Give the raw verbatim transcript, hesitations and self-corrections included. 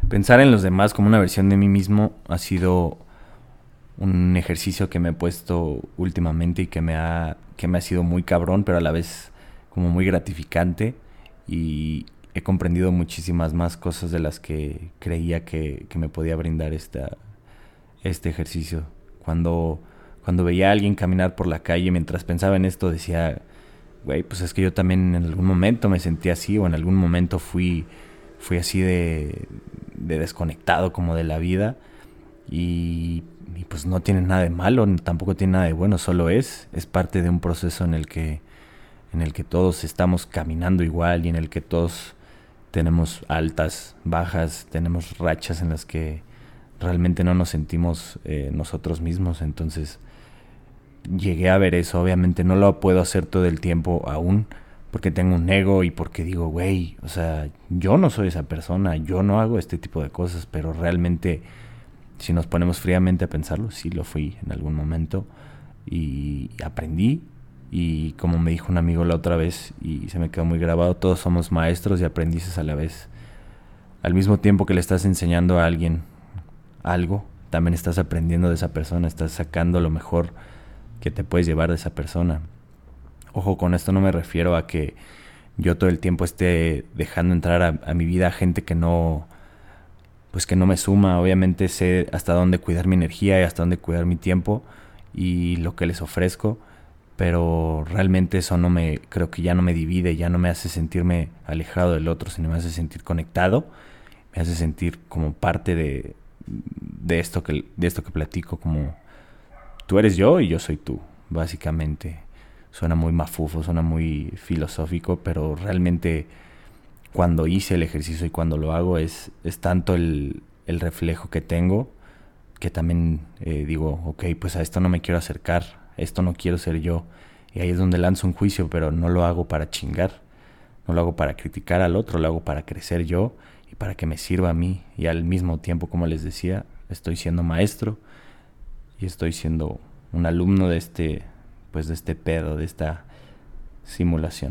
Pensar en los demás como una versión de mí mismo ha sido un ejercicio que me he puesto últimamente y que me ha, que me ha sido muy cabrón, pero a la vez como muy gratificante, y he comprendido muchísimas más cosas de las que creía que, que me podía brindar esta, este ejercicio. Cuando, cuando veía a alguien caminar por la calle mientras pensaba en esto, decía, güey, pues es que yo también en algún momento me sentí así, o en algún momento fui, fui así de, de desconectado como de la vida. Y, y pues no tiene nada de malo, tampoco tiene nada de bueno, solo es, es parte de un proceso en el que, en el que todos estamos caminando igual, y en el que todos tenemos altas, bajas, tenemos rachas en las que realmente no nos sentimos eh, nosotros mismos. Entonces llegué a ver eso. Obviamente no lo puedo hacer todo el tiempo aún, porque tengo un ego y porque digo, güey, o sea, yo no soy esa persona, yo no hago este tipo de cosas, pero realmente, si nos ponemos fríamente a pensarlo, sí lo fui en algún momento, y aprendí. Y como me dijo un amigo la otra vez, y se me quedó muy grabado, todos somos maestros y aprendices a la vez. Al mismo tiempo que le estás enseñando a alguien algo, también estás aprendiendo de esa persona, estás sacando lo mejor que te puedes llevar de esa persona. Ojo, con esto no me refiero a que yo todo el tiempo esté dejando entrar a, a mi vida a gente que no, pues que no me suma. Obviamente sé hasta dónde cuidar mi energía y hasta dónde cuidar mi tiempo y lo que les ofrezco, pero realmente eso no me, creo que ya no me divide, ya no me hace sentirme alejado del otro, sino me hace sentir conectado, me hace sentir como parte de, de esto que, de esto que platico, como tú eres yo y yo soy tú, básicamente. Suena muy mafufo, suena muy filosófico, pero realmente cuando hice el ejercicio y cuando lo hago es, es tanto el, el reflejo que tengo, que también eh, digo, ok, pues a esto no me quiero acercar, esto no quiero ser yo. Y ahí es donde lanzo un juicio, pero no lo hago para chingar, no lo hago para criticar al otro, lo hago para crecer yo y para que me sirva a mí. Y al mismo tiempo, como les decía, estoy siendo maestro y estoy siendo un alumno de este, pues de este pedo, de esta simulación.